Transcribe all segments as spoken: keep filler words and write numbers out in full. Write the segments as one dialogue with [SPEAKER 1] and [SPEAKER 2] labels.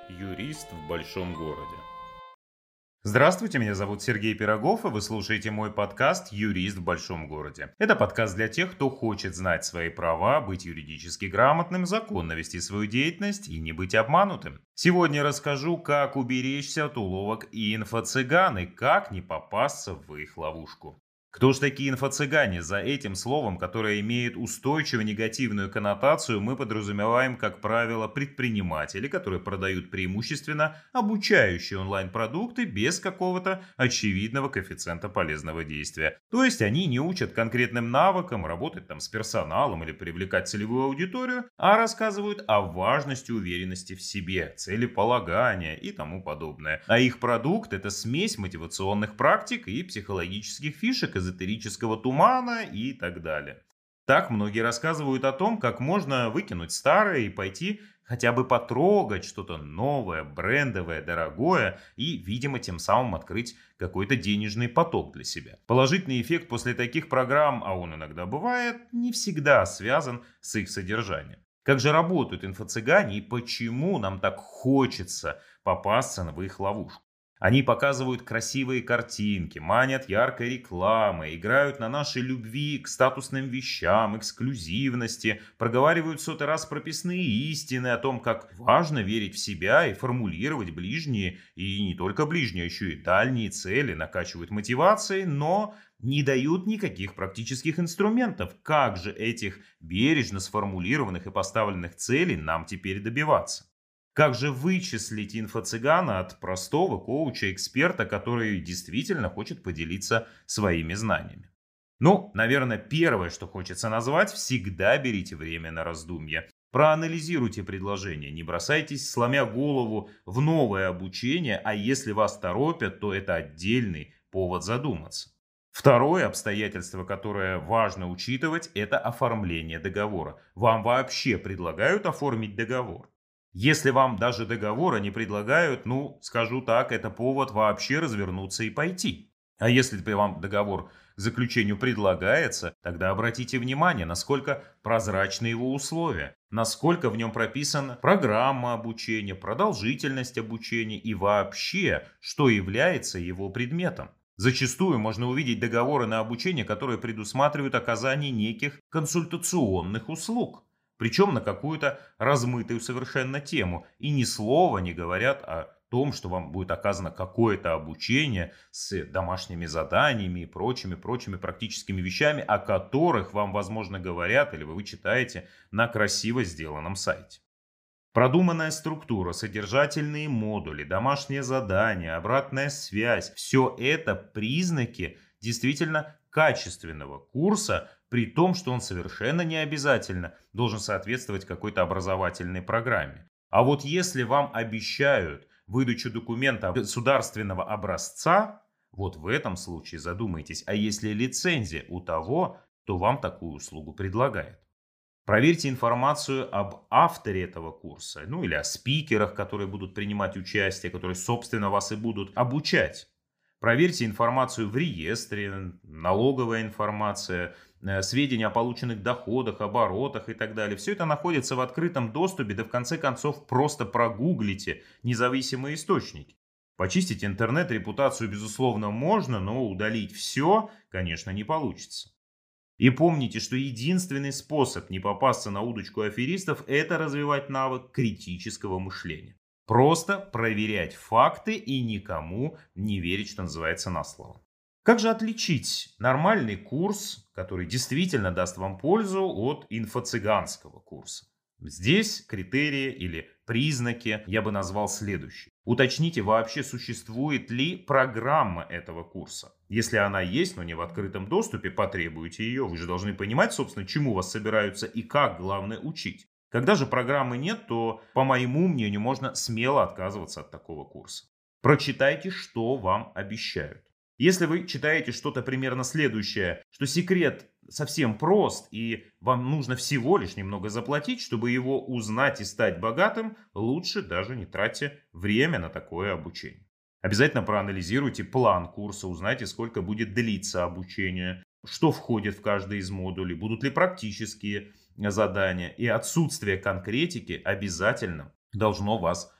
[SPEAKER 1] Юрист в большом городе. Здравствуйте, меня зовут Сергей Пирогов, и вы слушаете мой подкаст «Юрист в большом городе». Это подкаст для тех, кто хочет знать свои права, быть юридически грамотным, законно вести свою деятельность и не быть обманутым. Сегодня расскажу, как уберечься от уловок инфо-цыган и как не попасться в их ловушку. Кто ж такие инфо-цыгане? За этим словом, которое имеет устойчивую негативную коннотацию, мы подразумеваем, как правило, предприниматели, которые продают преимущественно обучающие онлайн-продукты без какого-то очевидного коэффициента полезного действия. То есть они не учат конкретным навыкам, работать там с персоналом или привлекать целевую аудиторию, а рассказывают о важности уверенности в себе, целеполагания и тому подобное. А их продукт — это смесь мотивационных практик и психологических фишек, эзотерического тумана и так далее. Так многие рассказывают о том, как можно выкинуть старое и пойти хотя бы потрогать что-то новое, брендовое, дорогое и, видимо, тем самым открыть какой-то денежный поток для себя. Положительный эффект после таких программ, а он иногда бывает, не всегда связан с их содержанием. Как же работают инфо-цыгане и почему нам так хочется попасться в их ловушку? Они показывают красивые картинки, манят яркой рекламой, играют на нашей любви к статусным вещам, эксклюзивности, проговаривают сотый раз прописные истины о том, как важно верить в себя и формулировать ближние, и не только ближние, а еще и дальние цели, накачивают мотивацией, но не дают никаких практических инструментов. Как же этих бережно сформулированных и поставленных целей нам теперь добиваться? Как же вычислить инфо-цыгана от простого коуча-эксперта, который действительно хочет поделиться своими знаниями? Ну, наверное, первое, что хочется назвать: всегда берите время на раздумье. Проанализируйте предложение, не бросайтесь, сломя голову, в новое обучение, а если вас торопят, то это отдельный повод задуматься. Второе обстоятельство, которое важно учитывать, это оформление договора. Вам вообще предлагают оформить договор? Если вам даже договора не предлагают, ну, скажу так, это повод вообще развернуться и пойти. А если вам договор к заключению предлагается, тогда обратите внимание, насколько прозрачны его условия, насколько в нем прописана программа обучения, продолжительность обучения и вообще, что является его предметом. Зачастую можно увидеть договоры на обучение, которые предусматривают оказание неких консультационных услуг. Причем на какую-то размытую совершенно тему. И ни слова не говорят о том, что вам будет оказано какое-то обучение с домашними заданиями и прочими-прочими практическими вещами, о которых вам, возможно, говорят или вы читаете на красиво сделанном сайте. Продуманная структура, содержательные модули, домашние задания, обратная связь – все это признаки действительно качественного курса, при том, что он совершенно не обязательно должен соответствовать какой-то образовательной программе. А вот если вам обещают выдачу документа государственного образца, вот в этом случае задумайтесь, а если лицензия у того, кто вам такую услугу предлагает. Проверьте информацию об авторе этого курса, ну или о спикерах, которые будут принимать участие, которые, собственно, вас и будут обучать. Проверьте информацию в реестре, налоговая информация, сведения о полученных доходах, оборотах и так далее. Все это находится в открытом доступе, да в конце концов просто прогуглите независимые источники. Почистить интернет, репутацию, безусловно, можно, но удалить все, конечно, не получится. И помните, что единственный способ не попасться на удочку аферистов — это развивать навык критического мышления. Просто проверять факты и никому не верить, что называется, на слово. Как же отличить нормальный курс, который действительно даст вам пользу, от инфо-цыганского курса? Здесь критерии или признаки я бы назвал следующие. Уточните, вообще существует ли программа этого курса. Если она есть, но не в открытом доступе, потребуйте ее. Вы же должны понимать, собственно, чему вас собираются и как, главное, учить. Когда же программы нет, то, по моему мнению, можно смело отказываться от такого курса. Прочитайте, что вам обещают. Если вы читаете что-то примерно следующее, что секрет совсем прост и вам нужно всего лишь немного заплатить, чтобы его узнать и стать богатым, лучше даже не тратьте время на такое обучение. Обязательно проанализируйте план курса, узнайте, сколько будет длиться обучение, что входит в каждый из модулей, будут ли практические задания. И отсутствие конкретики обязательно должно вас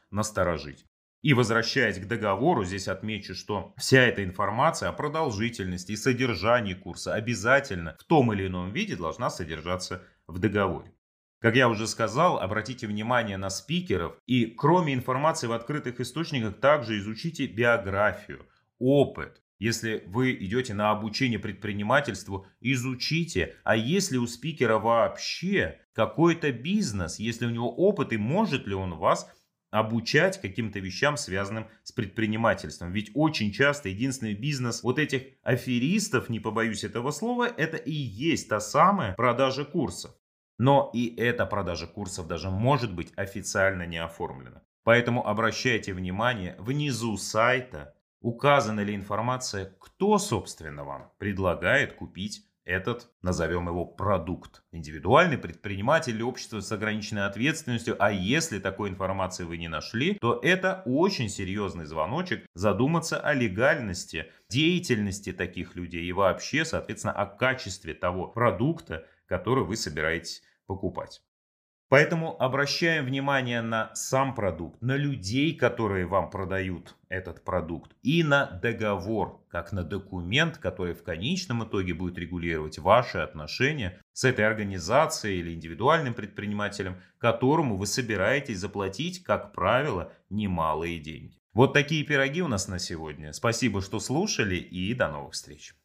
[SPEAKER 1] насторожить. И возвращаясь к договору, здесь отмечу, что вся эта информация о продолжительности и содержании курса обязательно в том или ином виде должна содержаться в договоре. Как я уже сказал, обратите внимание на спикеров и кроме информации в открытых источниках, также изучите биографию, опыт. Если вы идете на обучение предпринимательству, изучите, а есть ли у спикера вообще какой-то бизнес, если у него опыт и может ли он вас обучать каким-то вещам, связанным с предпринимательством. Ведь очень часто единственный бизнес вот этих аферистов, не побоюсь этого слова, это и есть та самая продажа курсов. Но и эта продажа курсов даже может быть официально не оформлена. Поэтому обращайте внимание, внизу сайта указана ли информация, кто, собственно, вам предлагает купить этот, назовем его, продукт. Индивидуальный предприниматель или общество с ограниченной ответственностью. А если такой информации вы не нашли, то это очень серьезный звоночек задуматься о легальности деятельности таких людей и вообще, соответственно, о качестве того продукта, который вы собираетесь покупать. Поэтому обращаем внимание на сам продукт, на людей, которые вам продают этот продукт, и на договор, как на документ, который в конечном итоге будет регулировать ваши отношения с этой организацией или индивидуальным предпринимателем, которому вы собираетесь заплатить, как правило, немалые деньги. Вот такие пироги у нас на сегодня. Спасибо, что слушали, и до новых встреч.